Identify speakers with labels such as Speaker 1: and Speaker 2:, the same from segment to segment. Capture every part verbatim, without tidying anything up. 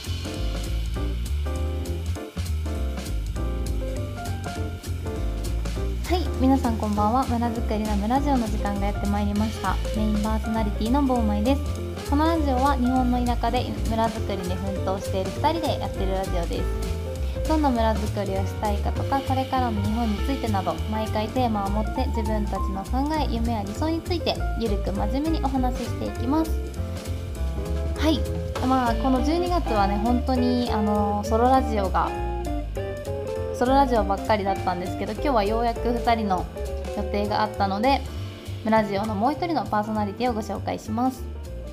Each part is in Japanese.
Speaker 1: はい、皆さんこんばんは。村づくりの村ジオの時間がやってまいりました。メインパーソナリティのボーマイです。このラジオは日本の田舎で村づくりに奮闘しているふたりでやっているラジオです。どんな村づくりをしたいかとか、これからの日本についてなど、毎回テーマを持って自分たちの考え、夢や理想についてゆるく真面目にお話ししていきます。はい、まあこのじゅうにがつはね、本当にあのソロラジオがソロラジオばっかりだったんですけど、今日はようやくふたりの予定があったので、村ジオのもう一人のパーソナリティをご紹介します。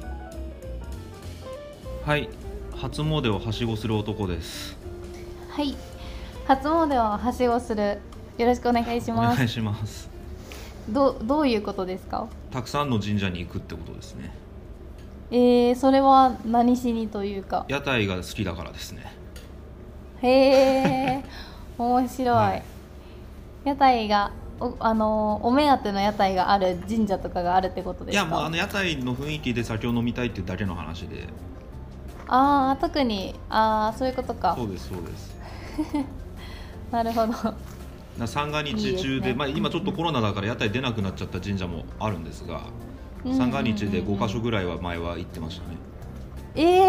Speaker 2: はい、初詣をはしごする男です。
Speaker 1: はい、初詣をはしごする、よろしくお願いします。
Speaker 2: お願いします。
Speaker 1: ど, どういうことですか？
Speaker 2: たくさんの神社に行くってことですね。
Speaker 1: えー、それは何しにというか。
Speaker 2: 屋台が好きだからですね。
Speaker 1: へー面白い、はい、屋台が お, あのお目当ての屋台がある神社とかがあるってことですか？
Speaker 2: いや、もうあの屋台の雰囲気で酒を飲みたいっていうだけの話で。
Speaker 1: ああ、特にあそういうことか。
Speaker 2: そうですそうです
Speaker 1: なるほど。
Speaker 2: 三が日中 で, いいで、ね、まあ、今ちょっとコロナだから屋台出なくなっちゃった神社もあるんですが、うんうんうんうん、三が日でごかしょぐらいは前は行ってましたね。
Speaker 1: えー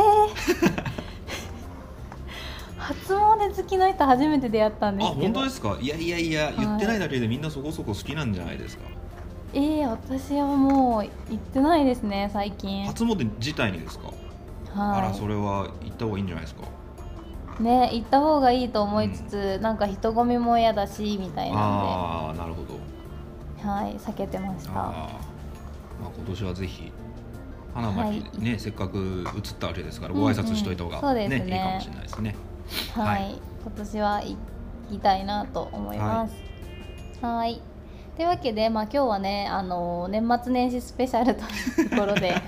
Speaker 1: 初詣好きの人初めて出会ったんですけど。
Speaker 2: あ、本当ですか？いやいやいや、言ってないだけでみんなそこそこ好きなんじゃないですか。
Speaker 1: えー、私はもう行ってないですね、最近。
Speaker 2: 初詣自体にですか？はい、あら、それは行った方がいいんじゃないですか
Speaker 1: ね。行った方がいいと思いつつ、うん、なんか人混みも嫌だしみたいなんで、
Speaker 2: ああ、なるほど、
Speaker 1: はい、避けてました。あ、
Speaker 2: まあ、今年はぜひ花巻、はい、ね、せっかく移ったわけですからご挨拶しといた方が、ね、うんうん、ね、いいかもしれないですね。
Speaker 1: はい、はい、今年は行きたいなと思います。はい、はい、というわけで、まあ、今日はね、あの年末年始スペシャルというところで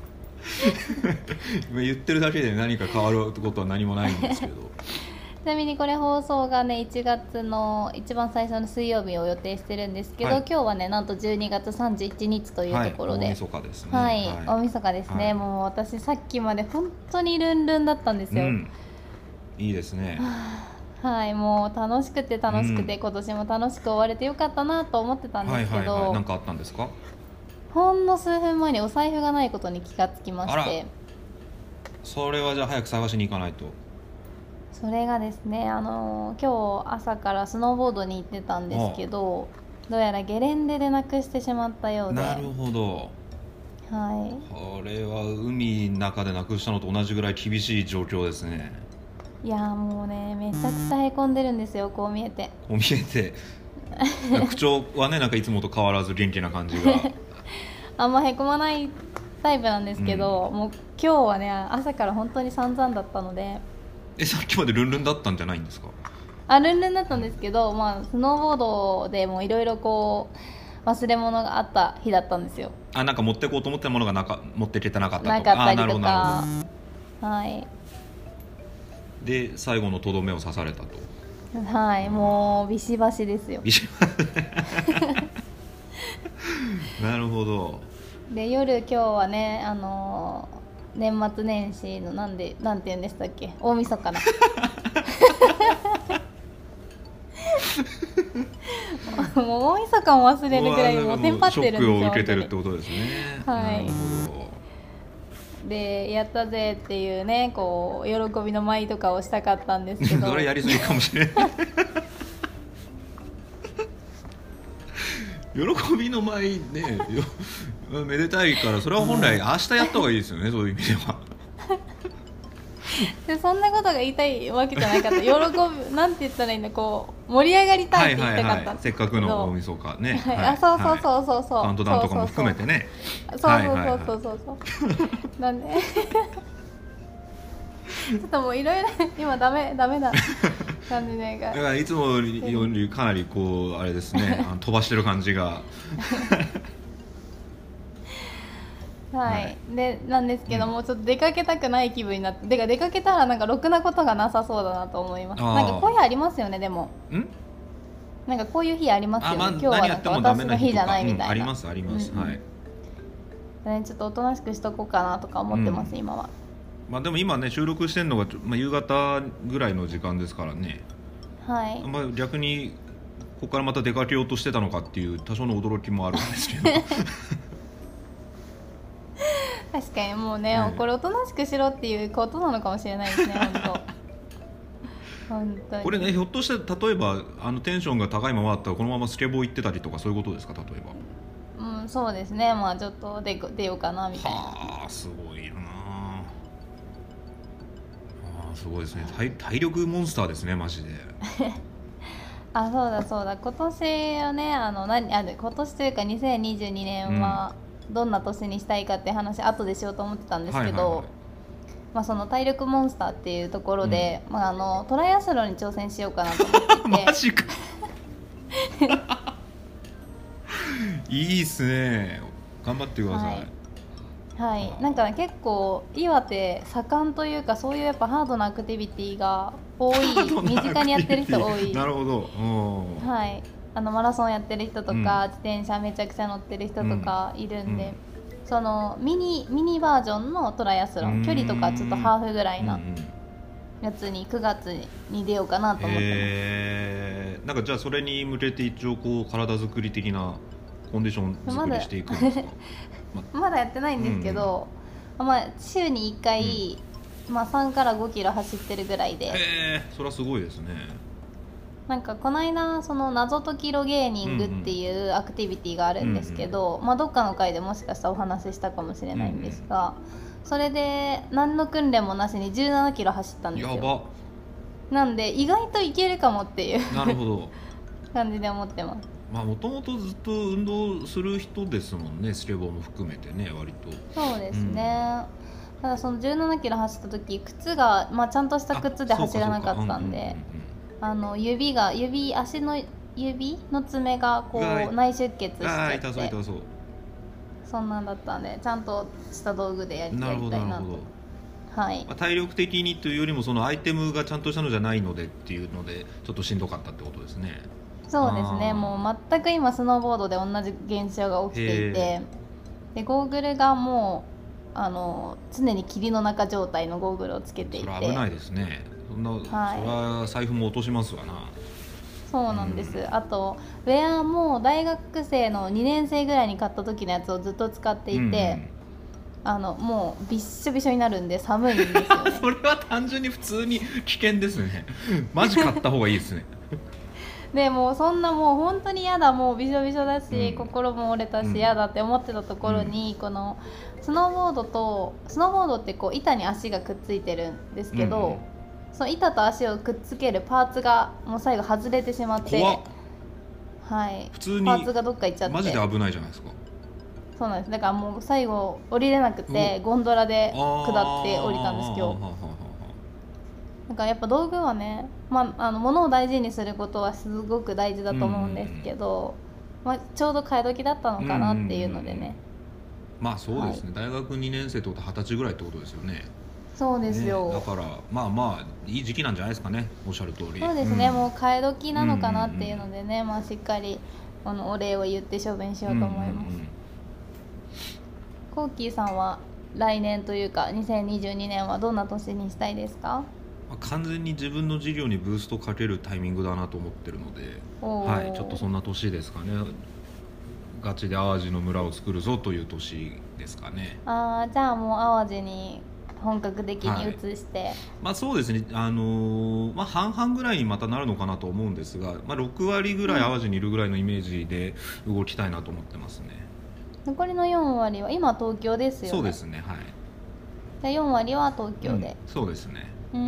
Speaker 2: 言ってるだけで何か変わることは何もないんですけど
Speaker 1: ちなみにこれ放送がねいちがつの一番最初の水曜日を予定してるんですけど、はい、今日はねなんとじゅうにがつさんじゅういちにちというところで、
Speaker 2: はい、大晦日ですね。
Speaker 1: はい、はい、大晦日ですね、はい、もう私さっきまで本当にルンルンだったんですよ、うん、
Speaker 2: いいですね。
Speaker 1: はい、もう楽しくて楽しくて、うん、今年も楽しく終われてよかったなと思ってたんですけど、
Speaker 2: はいはいはい、何かあったんですか？
Speaker 1: ほんの数分前にお財布がないことに気がつきまして。
Speaker 2: それはじゃあ早く探しに行かないと。
Speaker 1: それがですね、あの今日朝からスノーボードに行ってたんですけど、どうやらゲレンデでなくしてしまったようで。
Speaker 2: なるほど、
Speaker 1: はい、
Speaker 2: これは海の中でなくしたのと同じぐらい厳しい状況ですね。
Speaker 1: いやもうね、めちゃくちゃへこんでるんですよ、こう見えて。
Speaker 2: こう見えて口調はね、なんかいつもと変わらず元気な感じが
Speaker 1: あんまへこまないタイプなんですけど、うん、もう今日はね朝から本当に散々だったので。
Speaker 2: え、さっきまでルンルンだったんじゃないんですか？
Speaker 1: あ、ルンルンだったんですけど、まあ、スノーボードでもいろいろこう忘れ物があった日だったんですよ。
Speaker 2: あ、なんか持ってこうと思ったものがなか持っていけてなかったとか。
Speaker 1: なかったりとか、はい、
Speaker 2: で最後のとどめを刺されたと。
Speaker 1: はい、もうビシバシですよ。ビシバシ
Speaker 2: なるほど。
Speaker 1: で夜今日はね、あのー年末年始のなんでなんて言うんでしたっけ、大晦日なもう大晦日も忘れるぐらいもうテンパってるんですよ。
Speaker 2: ショックを受けてるってことですね。
Speaker 1: はい。でやったぜっていうね、こう喜びの舞とかをしたかったんですけど
Speaker 2: それやりすぎかもしれない喜びの舞ね、めでたいからそれは本来明日やった方がいいですよね、そういう意味では
Speaker 1: でそんなことが言いたいわけじゃなかった。喜ぶなんて言ったらいいの、こう盛り上がりたいって言いたかった、はいはいはい、
Speaker 2: せっかくの大晦日ね、
Speaker 1: はいはい、あ、そうそうそうそうそう、
Speaker 2: カウントダウンとかも含めてね、
Speaker 1: そうそうそうそうそうそうなんでちょっともういろいろ今ダメダメだ感じで、だ
Speaker 2: からいつもよりかなりこうあれですねあの飛ばしてる感じが
Speaker 1: はい、はい、でなんですけども、うん、ちょっと出かけたくない気分になって、でか出かけたらなんかろくなことがなさそうだなと思います。なんかこういう日ありますよね。でもんなんかこういう日ありますよね、
Speaker 2: まあ、
Speaker 1: 今日はなんか私の日じゃないみたいな、うん、
Speaker 2: ありますあります、うんうん、はい、
Speaker 1: ね、ちょっとおとなしくしとこうかなとか思ってます、うん、今は。
Speaker 2: まあ、でも今ね収録してるのが、まあ、夕方ぐらいの時間ですからね、
Speaker 1: はい、
Speaker 2: まあ、逆にここからまた出かけようとしてたのかっていう多少の驚きもあるんですけど
Speaker 1: 確かにもうね、
Speaker 2: ええ
Speaker 1: これおとなしくしろっていうことなのかもしれないですね本当本当に
Speaker 2: これねひょっとして例えばあのテンションが高いままだったらこのままスケボー行ってたりとかそういうことですか、例えば。
Speaker 1: うん、そうですね、まあちょっと出出ようかなみたいな。
Speaker 2: はあすごいなあ、すごいですね。 体, 体力モンスターですねマジで
Speaker 1: あ、そうだそうだ、今年はね、あの何あ今年というかにせんにじゅうにねんはどんな年にしたいかって話後でしようと思ってたんですけど、
Speaker 2: はいはいはい、
Speaker 1: まあ、その体力モンスターっていうところで、うん、まあ、あのトライアスロンに挑戦しようかなと思っていて
Speaker 2: マジかいいっすね、頑張ってください。
Speaker 1: はい、はい、なんか、ね、結構岩手盛んというか、そういうやっぱハードなアクティビティが多い、身近にやってる人多い。
Speaker 2: なるほど、
Speaker 1: はい、あのマラソンやってる人とか、うん、自転車めちゃくちゃ乗ってる人とかいるんで、うん、そのミニミニバージョンのトライアスロン、距離とかちょっとハーフぐらいなやつにくがつに出ようかなと思ってます。
Speaker 2: へー、なんかじゃあそれに向けて一応こう体作り的なコンディション作りしていくんですか？
Speaker 1: ま, まだやってないんですけど、うんまあ、週にいっかい、うんまあ、さんからごキロ走ってるぐらいで。
Speaker 2: へえ、それはすごいですね。
Speaker 1: なんかこの間その謎解きロゲーニングっていうアクティビティがあるんですけど、うんうんまあ、どっかの回でもしかしたらお話ししたかもしれないんですが、うん、それで何の訓練もなしにじゅうななキロ走ったんですよ。
Speaker 2: やば。
Speaker 1: なんで意外といけるかもっていう
Speaker 2: なるほど
Speaker 1: 感じで思ってます。
Speaker 2: まあもともとずっと運動する人ですもんね、スケボーも含めてね、割と。
Speaker 1: そうですね、うん、ただそのじゅうななキロ走った時靴が、まあ、ちゃんとした靴で走らなかったんで、あの指が指足の指の爪がこう内出血しちゃって、
Speaker 2: 痛そう痛そう、
Speaker 1: そんなんだったんでちゃんとした道具でやりたいなと。なるほどなるほど、はい、
Speaker 2: まあ、体力的にというよりもそのアイテムがちゃんとしたのじゃないのでっていうのでちょっとしんどかったってことですね。
Speaker 1: そうですね、もう全く今スノーボードで同じ現象が起きていて、でゴーグルがもうあの常に霧の中状態のゴーグルをつけていて、
Speaker 2: それ危ないですね。そんな、はい、それは財布も落としますわな。
Speaker 1: そうなんです、うん、あとウェアも大学生のにねん生ぐらいに買った時のやつをずっと使っていて、うん、あのもうびっしょびしょになるんで寒いんですよね
Speaker 2: それは単純に普通に危険ですねマジ買った方がいいですね
Speaker 1: でもうそんなもう本当に嫌だ、もうびしょびしょだし、うん、心も折れたし嫌だって思ってたところに、うん、このスノーボードとスノーボードってこう板に足がくっついてるんですけど、うん、その板と足をくっつけるパーツがもう最後外れてしまって、はい、
Speaker 2: 普通に
Speaker 1: パーツがどっか行っちゃって
Speaker 2: マジで危ないじゃないですか。
Speaker 1: そうなんです、だからもう最後降りれなくてゴンドラで下って降りたんです今日。だからやっぱ道具はね、まあ、あの物を大事にすることはすごく大事だと思うんですけど、まあ、ちょうど替え時だったのかなっていうのでね。
Speaker 2: まあそうですね、はい、大学にねん生ってことははたちぐらいってことですよね。
Speaker 1: そうですよ、
Speaker 2: ね、だからまあまあいい時期なんじゃないですかね、おっしゃる通り。
Speaker 1: そうですね、うん、もう替え時なのかなっていうのでね、まあ、しっかりこのお礼を言って処分しようと思います。コーキーさんは来年というかにせんにじゅうにねんはどんな年にしたいですか？
Speaker 2: 完全に自分の事業にブーストかけるタイミングだなと思ってるので、はい、ちょっとそんな年ですかね。ガチで淡路の村を作るぞという年ですかね。
Speaker 1: ああ、じゃあもう淡路に本格的に移して、はい、
Speaker 2: まあそうですね、あのーまあ、半々ぐらいにまたなるのかなと思うんですが、まあ、ろくわりぐらい淡路にいるぐらいのイメージで動きたいなと思ってますね。
Speaker 1: 残りのよんわりは今東京ですよね。
Speaker 2: そうですね、はい。
Speaker 1: じゃあよんわりは東京で、
Speaker 2: うん、そうですね。
Speaker 1: うん、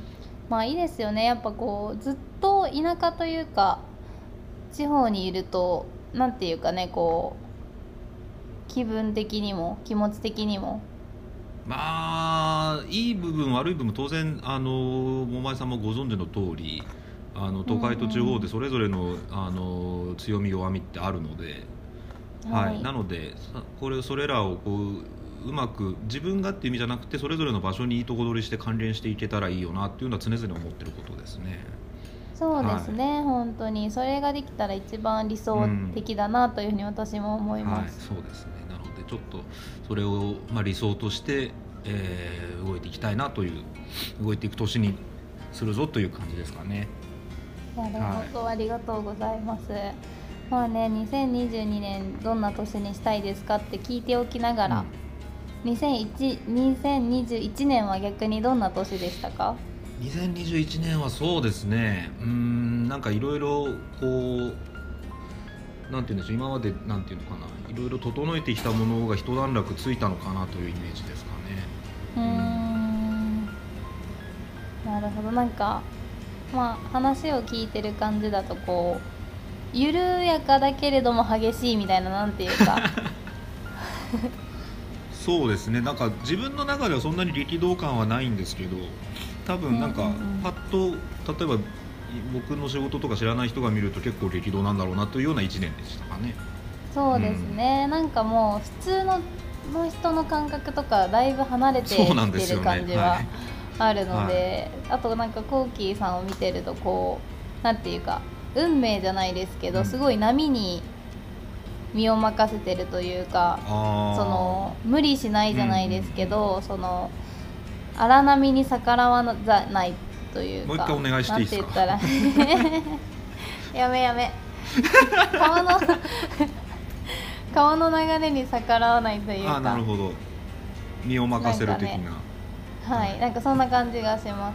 Speaker 1: まあいいですよね、やっぱこうずっと田舎というか地方にいるとなんていうかね、こう気分的にも気持ち的にも
Speaker 2: まあいい部分悪い部分当然あの桃井さんもご存知の通り、あの都会と地方でそれぞれの、あの強み弱みってあるので、はいはい、なのでこれそれらをこううまく自分がっていう意味じゃなくてそれぞれの場所にいいとこ取りして関連していけたらいいよなっていうのは常々思ってることですね。
Speaker 1: そうですね、はい、本当にそれができたら一番理想的だなというふうに私も思います、
Speaker 2: うんはい、そうですね。なのでちょっとそれを、まあ、理想としてえー、動いていきたいなという、動いていく年にするぞという感じですかね。
Speaker 1: なるほど、はい、ありがとうございます。まあね、にせんにじゅうにねんどんな年にしたいですかって聞いておきながら、うん、にせんにじゅういちねんは逆にどんな年でしたか？
Speaker 2: にせんにじゅういちねんはそうですね、うーん、なんかいろいろこうなんていうんでしょう、今までなんていうのかな、いろいろ整えてきたものが一段落ついたのかなというイメージですかね。
Speaker 1: うーん、うん、なるほど。なんかまあ話を聞いてる感じだとこう緩やかだけれども激しいみたいな、なんていうか
Speaker 2: そうですね、なんか自分の中ではそんなに力道感はないんですけど、多分なんかパッと例えば僕の仕事とか知らない人が見ると結構激動なんだろうなというようないちねんでしたかね。
Speaker 1: そうですね、うん、なんかもう普通 の, の人の感覚とかだいぶ離れてきてる感じはあるので、はい、あとなんかコウキさんを見てるとこうなんていうか運命じゃないですけど、うん、すごい波に身を任せてるというか、その無理しないじゃないですけど、うん、その荒波に逆らわないというか、
Speaker 2: もう一回お願いしていいですか？
Speaker 1: なんて言ったらやめやめ川の川の流れに逆らわないというか、
Speaker 2: あ、なるほど、身を任せる的な、
Speaker 1: ね、はい、なんかそんな感じがします。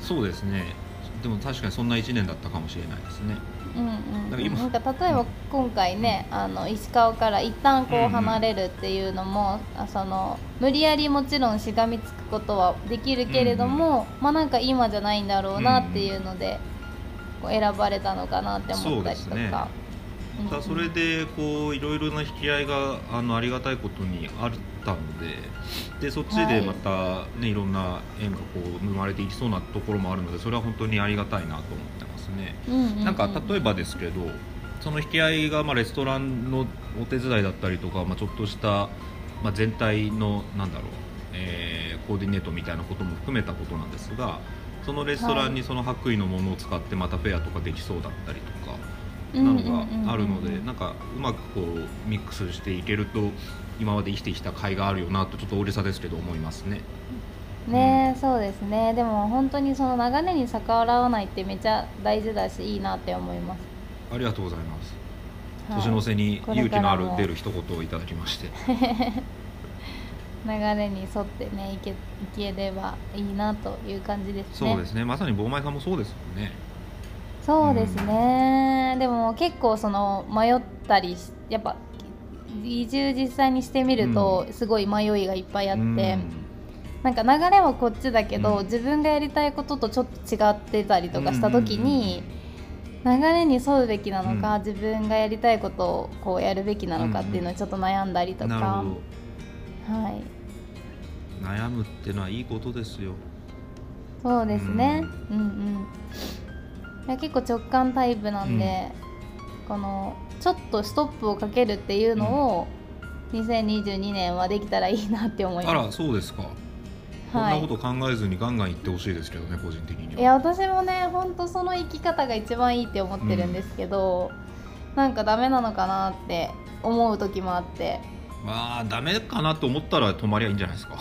Speaker 2: そうですね、でも確かにそんないちねんだったかもしれないですね。
Speaker 1: うんうん、なんか例えば今回ね、うん、あの石川から一旦こう離れるっていうのも、うんうん、その無理やりもちろんしがみつくことはできるけれども、うんうん、まあなんか今じゃないんだろうなっていうので、こう選ばれたのかなって思ったりとか。そうですね、
Speaker 2: またそれでこういろいろな引き合いが あのありがたいことにあったので、でそっちでまた、ね、はい、いろんな縁がこう生まれていきそうなところもあるので、それは本当にありがたいなと思ってますね。うんうんうん、なんか例えばですけど、その引き合いがまあレストランのお手伝いだったりとか、まあ、ちょっとした、まあ、全体のなんだろう、えー、コーディネートみたいなことも含めたことなんですが、そのレストランにその白衣のものを使ってまたフェアとかできそうだったりとかなのがあるので、なんかうまくこうミックスしていけると今まで生きてきた甲斐があるよなと、ちょっと大げさですけど思いますね。
Speaker 1: ね、うん、そうですね。でも本当にその流れに逆らわないってめっちゃ大事だし、いいなって思います。
Speaker 2: ありがとうございます、はい、年の瀬に勇気のある出る一言をいただきまして
Speaker 1: 流れに沿ってね、いけ、いければいいなという感じですね。
Speaker 2: そうですね、まさに坊前さんもそうですもんね。
Speaker 1: そうですね、うん、でも結構その迷ったり、やっぱ移住実際にしてみるとすごい迷いがいっぱいあって、うん、なんか流れはこっちだけど、うん、自分がやりたいこととちょっと違ってたりとかした時に、流れに沿うべきなのか、うん、自分がやりたいことをこうやるべきなのかっていうのをちょっと悩んだりとか、うん、なるほど、はい、
Speaker 2: 悩むってのはいいことですよ。
Speaker 1: そうですね、うん、うんうん、いや結構直感タイプなんで、うん、このちょっとストップをかけるっていうのを、うん、にせんにじゅうにねんはできたらいいなって思います。
Speaker 2: あら、そうですか。そんなこと考えずにガンガン行ってほしいですけどね、個人的には。
Speaker 1: いや私もね、本当その生き方が一番いいって思ってるんですけど、うん、なんかダメなのかなって思う時もあって、
Speaker 2: まあダメかなと思ったら止まりゃいいんじゃないですか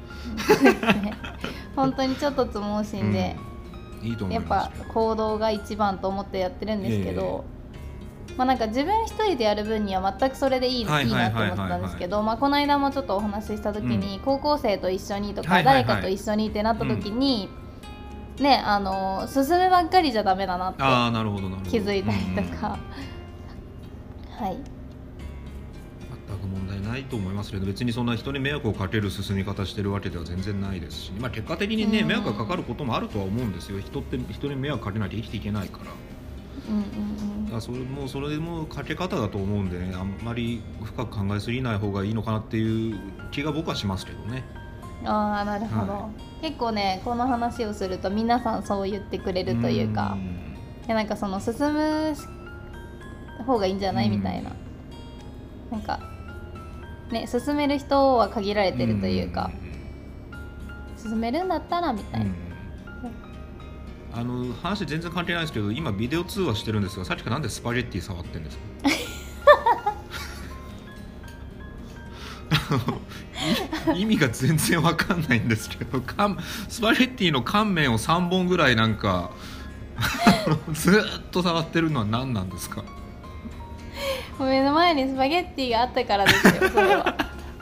Speaker 1: 本当にちょっとつ盲信で、
Speaker 2: うん、いいと思います。
Speaker 1: やっぱ行動が一番と思ってやってるんですけど、えー、まあなんか自分一人でやる分には全くそれでいい、いいなって思ってたんですけど、まあこの間もちょっとお話しした時に、うん、高校生と一緒にとか、はいはいはい、誰かと一緒にってなった時に、うん、ね、あの進むばっかりじゃダメだなって気づいたりとか、うん、はい、
Speaker 2: 全く問題ないと思いますけど、別にそんな人に迷惑をかける進み方してるわけでは全然ないですし、まあ、結果的にね、迷惑がかかることもあるとは思うんですよ。人って人に迷惑かけなきゃ生きていけないから、うんうんうん、だからそれもそれもかけ方だと思うんで、ね、あんまり深く考えすぎない方がいいのかなっていう気が僕はしますけどね。
Speaker 1: ああ、なるほど、はい、結構ねこの話をすると皆さんそう言ってくれるというか、うん、いやなんかその進む方がいいんじゃない、うん、みたいな、なんかね、進める人は限られてるというか、うん、進めるんだったらみたいな、うん、
Speaker 2: あの話全然関係ないですけど、今ビデオ通話してるんですが、さっきからなんでスパゲッティ触ってるんですか意味が全然わかんないんですけど、スパゲッティの乾麺をさんぼんぐらいなんかずーっと触ってるのは何なんですか？
Speaker 1: 目の前にスパゲッティがあったからですよ、それは。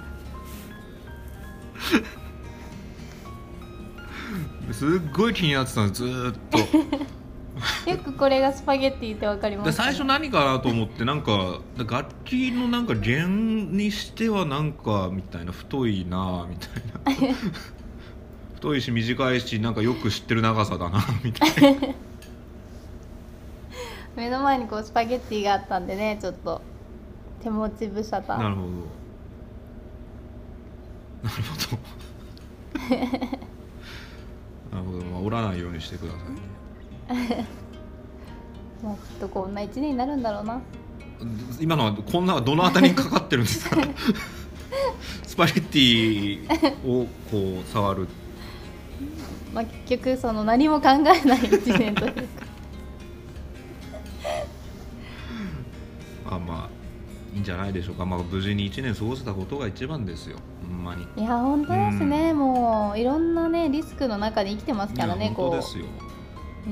Speaker 2: すっごい気になってたんです、ずーっと。
Speaker 1: よくこれがスパゲッティって分かります、ね、
Speaker 2: で最初何かなと思って、なんか楽器のなんか弦にしてはなんかみたいな、太いなみたいな太いし短いし、なんかよく知ってる長さだなみたいな
Speaker 1: 目の前にこうスパゲッティがあったんでね、ちょっと手持ち無沙汰。
Speaker 2: なるほどなるほどなるほど、まあ、折らないようにしてくださいね。
Speaker 1: まあ、きっとこんないちねんになるんだろうな。
Speaker 2: 今のはこんなどのあたりにかかってるんですか？スパゲッティをこう触る、
Speaker 1: まあ、結局その何も考えないいちねんというか
Speaker 2: あ、まあいいんじゃないでしょうか。まあ、無事にいちねん過ごせたことが一番ですよ、ほんまに。
Speaker 1: いや本当ですね、
Speaker 2: うん、
Speaker 1: もういろんなねリスクの中で生きてますからね。
Speaker 2: 本当ですよ。
Speaker 1: うん、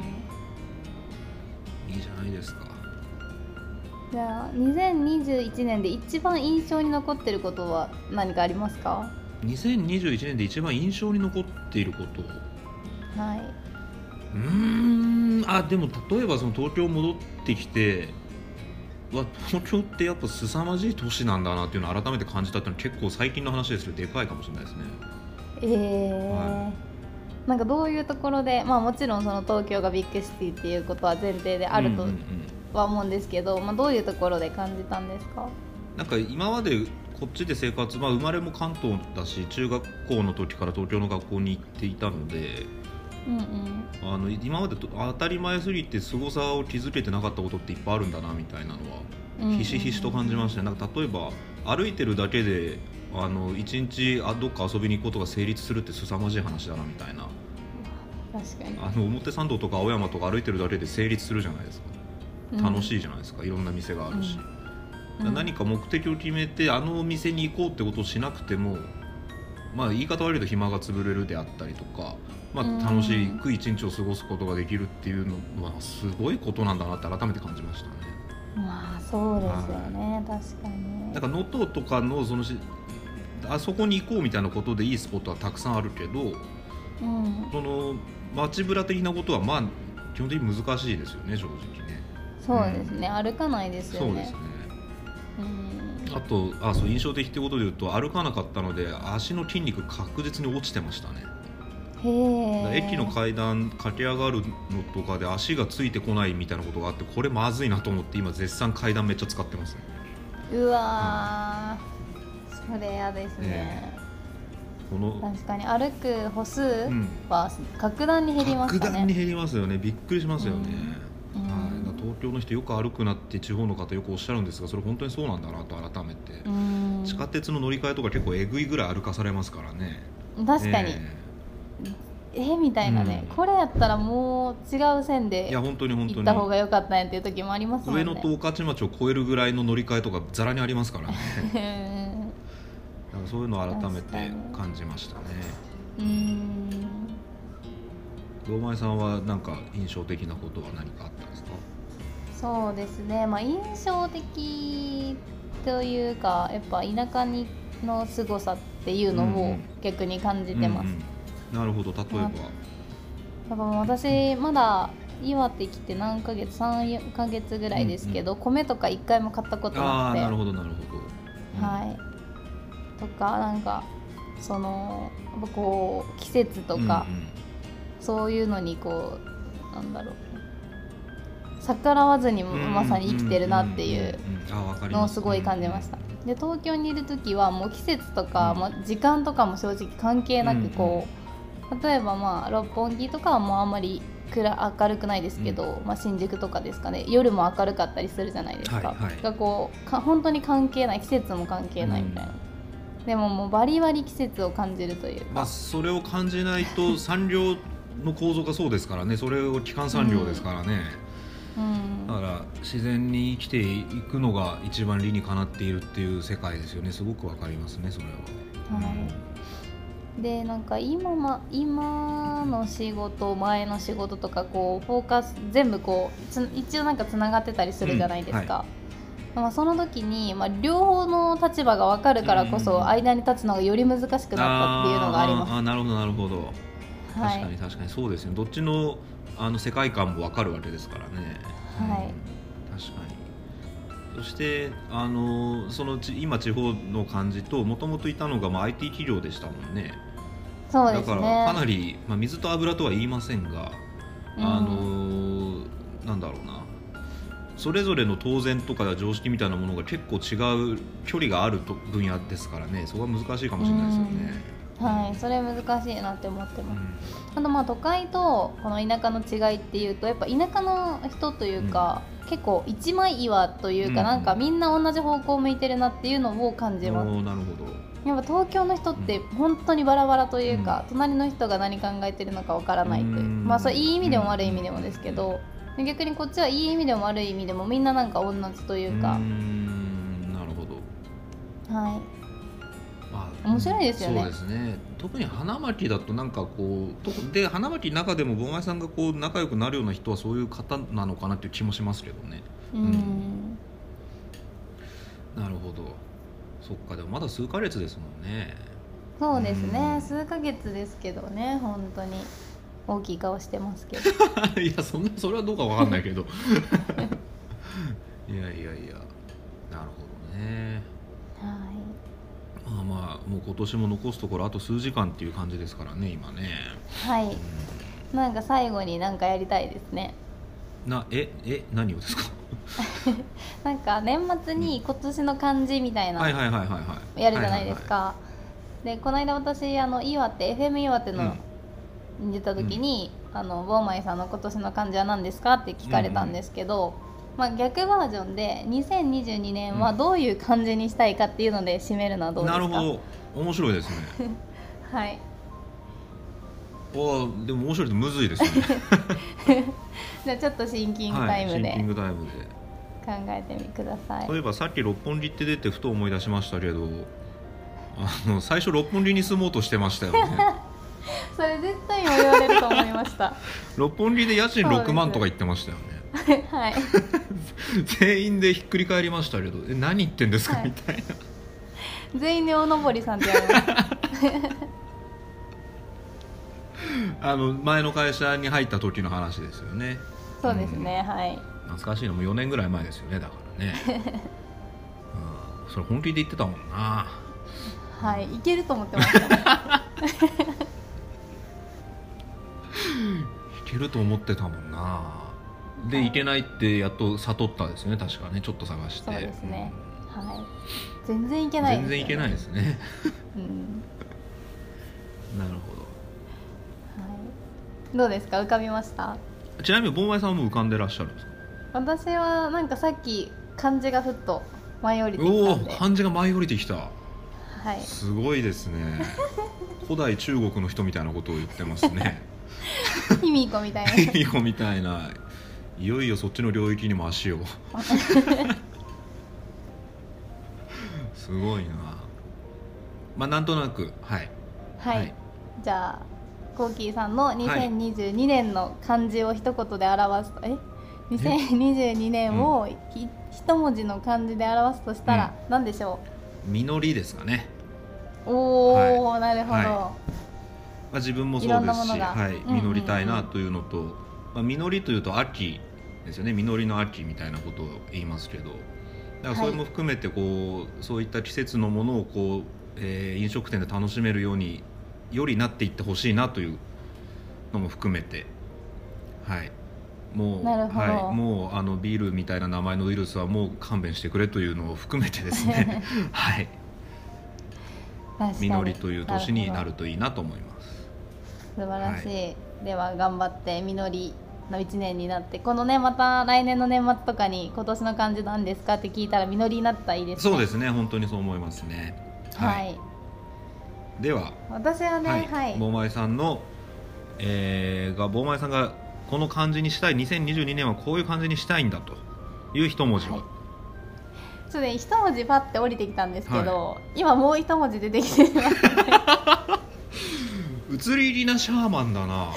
Speaker 2: いいじゃないですか。
Speaker 1: じゃあにせんにじゅういちねんで一番印象に残ってることは何かありますか？
Speaker 2: にせんにじゅういちねんで一番印象に残っていること、
Speaker 1: はい、
Speaker 2: うーんあでも例えばその東京戻ってきて、わ東京ってやっぱ凄まじい都市なんだなっていうのを改めて感じたっていうのは結構最近の話ですけどでかいかもしれないですね。
Speaker 1: えー
Speaker 2: はい、
Speaker 1: なんかどういうところで、まあ、もちろんその東京がビッグシティっていうことは前提であるとは思うんですけど、まあ、どういうところで感じたんですか？
Speaker 2: なんか今までこっちで生活、まあ、生まれも関東だし中学校の時から東京の学校に行っていたので、
Speaker 1: うんうん、
Speaker 2: あの今までと当たり前すぎて凄さを気づけてなかったことっていっぱいあるんだなみたいなのはひしひしと感じましたね。なんか例えば歩いてるだけであのいちにちあどっか遊びに行くことが成立するって凄まじい話だなみたいな。
Speaker 1: 確かに
Speaker 2: あの表参道とか青山とか歩いてるだけで成立するじゃないですか。楽しいじゃないですか、いろんな店があるし、うんうん、何か目的を決めてあのお店に行こうってことをしなくても、まあ、言い方悪いと暇が潰れるであったりとか、まあ、楽しく一日を過ごすことができるっていうのはすごいことなんだなって改めて感じましたね。
Speaker 1: まあそうですよね、確かに。
Speaker 2: だから能登とかのそのしあそこに行こうみたいなことでいいスポットはたくさんあるけど、うん、その街ぶら的なことはまあ基本的に難しいですよね、正直ね。
Speaker 1: そうですね、うん、歩かないですよね。
Speaker 2: そうですね、うん、あとあそう印象的ってことでいうと歩かなかったので足の筋肉確実に落ちてましたね。へ駅の階段駆け上がるのとかで足がついてこないみたいなことがあって、これまずいなと思って今絶賛階段めっちゃ使ってますね。
Speaker 1: うわー、うん、それ嫌ですね、えー、この確かに歩く歩数は格段に減りましたね、
Speaker 2: 格段に減りますよね。びっくりしますよね、うん
Speaker 1: うん、
Speaker 2: はい、東京の人よく歩くなって地方の方よくおっしゃるんですが、それ本当にそうなんだなと改めて、うん、地下鉄の乗り換えとか結構えぐいぐらい歩かされますからね。
Speaker 1: 確かに、えー、えみたいなね、うん、これやったらもう違う線で行った方が良かったねっていう時もありますもんね。
Speaker 2: 上野と御徒町を越えるぐらいの乗り換えとかざらにありますからねなんかそういうのを改めて感じましたね。うーん、堂前さんは何か印象的なことは何かあったんですか？
Speaker 1: そうですね、まあ、印象的というかやっぱ田舎にの凄さっていうのを逆に感じてます、うんうん
Speaker 2: うん、なるほど。例えば、
Speaker 1: まあ、私まだ岩手来て何ヶ月さんかげつぐらいですけど、うんうん、米とかいっかいも買ったことなくて。
Speaker 2: あ、なるほどなるほど、
Speaker 1: うん、はいとかなんかそのこう季節とか、うんうん、そういうのにこうなんだろう逆らわずにまさに生きてるなっていうのをすごい感じました。で東京にいる時はもう季節とか、うん、時間とかも正直関係なくこう、うん、例えばまあ六本木とかはもうあんまり暗明るくないですけど、うん、まあ、新宿とかですかね、夜も明るかったりするじゃないですか、はいはい、がこうか本当に関係ない、季節も関係ないみたいな、うん、でももうバリバリ季節を感じるというか、
Speaker 2: まあ、それを感じないと産業の構造がそうですからね、それを基幹産業ですからね、うん、だから自然に生きていくのが一番理にかなっているっていう世界ですよね。すごくわかりますね、それは。
Speaker 1: はい、でなんか 今, ま今の仕事前の仕事とかこうフォーカス全部こうつ一応なんかつながってたりするじゃないですか、うんはいまあ、その時に、まあ、両方の立場が分かるからこそ間に立つのがより難しくなったっていうのがあります。
Speaker 2: ああなるほどなるほど、
Speaker 1: はい、
Speaker 2: 確かに確かにそうですね。どっちの、あの世界観も分かるわけですからね。
Speaker 1: はい、
Speaker 2: うん、確かに。そしてあのその今地方の感じともともといたのが、まあ、アイティー 企業でしたもんね。
Speaker 1: そうですね。
Speaker 2: だからかなり、まあ、水と油とは言いませんが、うん、あのなんだろうなそれぞれの当然とか常識みたいなものが結構違う距離があると分野ですからね。そこは難しいかもしれないですよね。
Speaker 1: うん、はい、それ難しいなって思ってます、うん、あとまあ都会とこの田舎の違いっていうとやっぱ田舎の人というか、うん、結構一枚岩というか、うん、なんかみんな同じ方向を向いてるなっていうのを感じます。
Speaker 2: おー、なるほど。
Speaker 1: やっぱ東京の人って本当にバラバラというか、うん、隣の人が何考えてるのかわからないという、うん、まあそれいい意味でも悪い意味でもですけど、うん、逆にこっちはいい意味でも悪い意味でもみんななんか同じというか、
Speaker 2: うーん、なるほど。
Speaker 1: はい、
Speaker 2: まあ、
Speaker 1: 面白いですよね。
Speaker 2: そうですね。特に花巻だとなんかこうで花巻の中でも坊前さんがこう仲良くなるような人はそういう方なのかなっていう気もしますけどね。
Speaker 1: うん、うん、
Speaker 2: なるほど。そっか、でもまだ数ヶ月ですもんね。
Speaker 1: そうですね、うん、数ヶ月ですけどね、本当に大きい顔してますけど
Speaker 2: いやそんなそれはどうかわかんないけどいやいやいや、なるほどね。
Speaker 1: はい、
Speaker 2: まあまあもう今年も残すところあと数時間っていう感じですからね今ね。
Speaker 1: はい、うん、なんか最後になんかやりたいですね。
Speaker 2: なええ何をですか
Speaker 1: なんか年末に今年の漢字みたいなやるじゃないですか。でこの間私あの岩手 エフエム 岩手のに出た時に、うん、あのボーマイさんの今年の漢字は何ですかって聞かれたんですけど、うんうんまあ、逆バージョンでにせんにじゅうにねんはどういう漢字にしたいかっていうので締めるのはどうですか。
Speaker 2: なるほど、面白いですね
Speaker 1: はい。
Speaker 2: おでも面白いとむずいですね
Speaker 1: じゃあちょっとシンキングタイムで、
Speaker 2: はい、シンキングタイムで
Speaker 1: 考えてみてください。
Speaker 2: そういえばさっき六本木って出てふと思い出しましたけど、あの最初六本木に住もうとしてましたよね
Speaker 1: それ絶対今言われると思いました
Speaker 2: 六本木で家賃ろくまんとか言ってましたよね
Speaker 1: はい
Speaker 2: 全員でひっくり返りましたけどえ何言ってんですか、はい、みたいな
Speaker 1: 全員で大登さんって言われました
Speaker 2: あの前の会社に入った時の話ですよね。
Speaker 1: そうですね、うん、はい。
Speaker 2: 懐かしいのもよねんぐらい前ですよねだからね、うん、それ本気で言ってたもんな。
Speaker 1: はい、いけると思ってましたね
Speaker 2: いけると思ってたもんな。で、はい、いけないってやっと悟ったですね確かね。ちょっと探して。
Speaker 1: そうですね、うん、はい。全然いけないですよね。
Speaker 2: 全然いけないですね、
Speaker 1: うん、
Speaker 2: なるほど。
Speaker 1: どうですか、浮かびました？
Speaker 2: ちなみにボンマイさんも浮かんでらっしゃるんですか？
Speaker 1: 私はなんかさっき漢字がふっと舞い降りてきたんで。
Speaker 2: おお、漢字が舞い降りてきた。
Speaker 1: はい、
Speaker 2: すごいですね古代中国の人みたいなことを言ってますね
Speaker 1: 卑弥呼みたいな
Speaker 2: 卑弥呼みたいな。いよいよそっちの領域にも足をすごいな。まあなんとなくはい、
Speaker 1: はい、はい、じゃあコーキーさんのにせんにじゅうにねんの漢字を一言で表すと、はい、えにせんにじゅうにねんを一文字の漢字で表すとしたら何でしょ
Speaker 2: う？実りですかね。
Speaker 1: おお、はい、なるほど、はい。
Speaker 2: まあ、自分もそうですし、はい、実りたいなというのと、うんうんうん、まあ、実りというと秋ですよね。実りの秋みたいなことを言いますけど、だからそれも含めてこう、はい、そういった季節のものをこう、えー、飲食店で楽しめるようによりなっていってほしいなというのも含めて、はい、もう、はい、もうあのビールみたいな名前のウイルスはもう勘弁してくれというのを含めてですねはい、実りという年になるといいなと思います。
Speaker 1: 素晴らしい、はい、では頑張って実りのいちねんになって、このねまた来年の年末とかに今年の漢字なんですかって聞いたら実りになったらいいですね。
Speaker 2: そうですね、本当にそう思いますね。はい、はい、では
Speaker 1: 私はね、はい、
Speaker 2: ボーマイさんの、えー、がボーマイさんがこの漢字にしたいにせんにじゅうにねんはこういう漢字にしたいんだという一文字は、はい、
Speaker 1: ちょっとね一文字パッて降りてきたんですけど、はい、今もう一文字出てきてますね
Speaker 2: 移り入りなシャーマンだな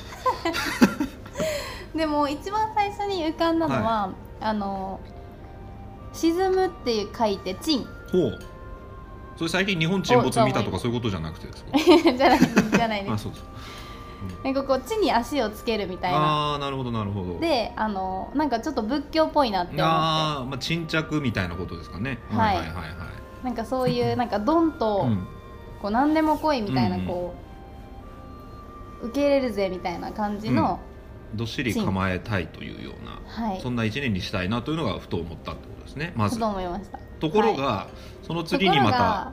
Speaker 1: でも一番最初に浮かんだのは、はい、あの沈むって書いて沈。
Speaker 2: ほう。それ最近日本沈没見たとかそういうことじゃなくてですか
Speaker 1: じゃないですじゃないです
Speaker 2: あ、そうそう、
Speaker 1: うん、なんかこう地に足をつけるみたいな。
Speaker 2: ああ、なるほどなるほど。
Speaker 1: で、あのなんかちょっと仏教っぽいなって思って、
Speaker 2: ああ、まあ沈着みたいなことですかね。
Speaker 1: はい、
Speaker 2: はいはいはいはい。
Speaker 1: なんかそういうなんかドンと、うん、こう何でも来いみたいな、こう、うん、受け入れるぜみたいな感じの、
Speaker 2: うん、どっしり構えたいというような、はい、そんな一年にしたいなというのがふと思ったってことですね。まず
Speaker 1: と思いました。
Speaker 2: ところが、はい、その次にまた、
Speaker 1: はい、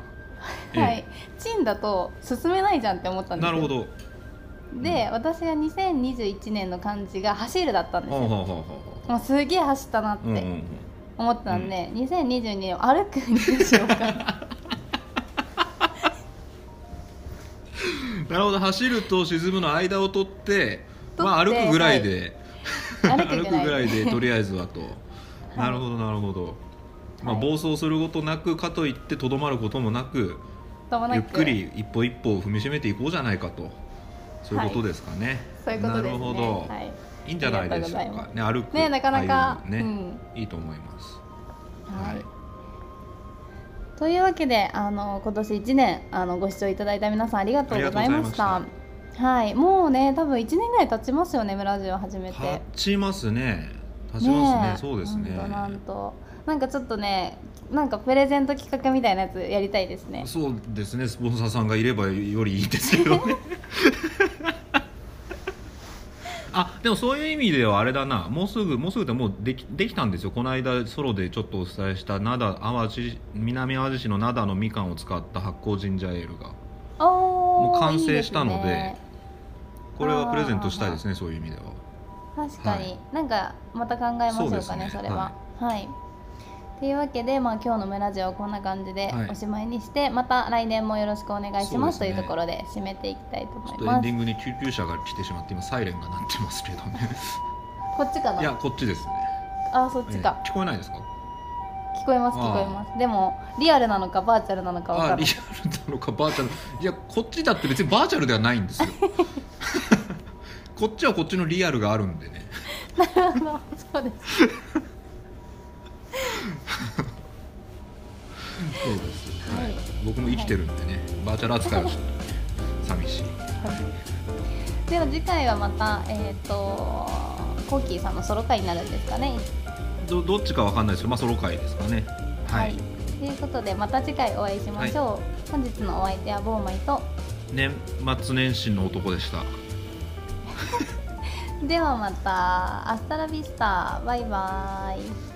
Speaker 1: 鎮だと進めないじゃんって思ったんですよ。
Speaker 2: なるほど。
Speaker 1: で、うん、私がにせんにじゅういちねんの漢字が走るだったんですよ。もうすげえ走ったなって思ったんで、うん、にせんにじゅうにねんを歩くにしようかな
Speaker 2: なるほど。走ると沈むの間を取って、まあ、歩くぐらいで、はい、歩くぐらいでとりあえずはと、はい、なるほどなるほど、まあ、暴走することなく、かといってとどまることもなく、ゆっくり一歩一歩を踏みしめていこうじゃないかと、そういうことですかね。
Speaker 1: はい、そういうことですね。
Speaker 2: なるほど、はい、いいんじゃないでしょうかね。歩く
Speaker 1: ね、なかなか
Speaker 2: ね、うん、いいと思います。
Speaker 1: はい、はい、というわけで、あの今年いちねんあのご視聴いただいた皆さんありがとうございました。はい、もうね多分いちねんぐらい経ちますよね、村ジオ始めて。
Speaker 2: 経ちますね、経ちますね、ね、そうですね。
Speaker 1: なんとなんとなんかちょっとね、なんかプレゼント企画みたいなやつやりたいですね。
Speaker 2: そうですね、スポンサーさんがいればよりいいですけどねあ、でもそういう意味ではあれだな、もうすぐもうすぐでもうでき、できたんですよ。この間ソロでちょっとお伝えした灘淡路南淡路市の灘のみかんを使った発酵ジンジャーエールがもう完成したの で, いいで、ね、これはプレゼントしたいですね。そういう意味では
Speaker 1: 確かに、はい、なんかまた考えましょうか ね, そ, ねそれは、はい、はい。というわけで、まあ、今日の村ジオはこんな感じでおしまいにして、はい、また来年もよろしくお願いします、ね、というところで締めていきたいと思います。ちょっと
Speaker 2: エンディングに救急車が来てしまって今サイレンが鳴ってますけどね
Speaker 1: こっちかな。
Speaker 2: いや、こっちですね。
Speaker 1: あ、そっちか、
Speaker 2: えー、聞こえないですか。
Speaker 1: 聞こえます聞こえます。でもリアルなのかバーチャルなのか分からない。
Speaker 2: あ、リアルなのかバーチャルいや、こっちだって別にバーチャルではないんですよこっちはこっちのリアルがあるんでね
Speaker 1: なるほど、そうです
Speaker 2: そうです、はいはい、僕も生きてるんでね、はい、バーチャル扱いはちょっと寂しい、はい、
Speaker 1: では次回はまた、えー、とコッキーさんのソロ回になるんですかね。
Speaker 2: ど, どっちかわかんないですけど、まあ、ソロ回ですかね。はい、はい、と
Speaker 1: いうことでまた次回お会いしましょう、はい、本日のお相手はボーマイと
Speaker 2: 年末年始の男でした
Speaker 1: ではまた、アスタラビスタ、バイバイ。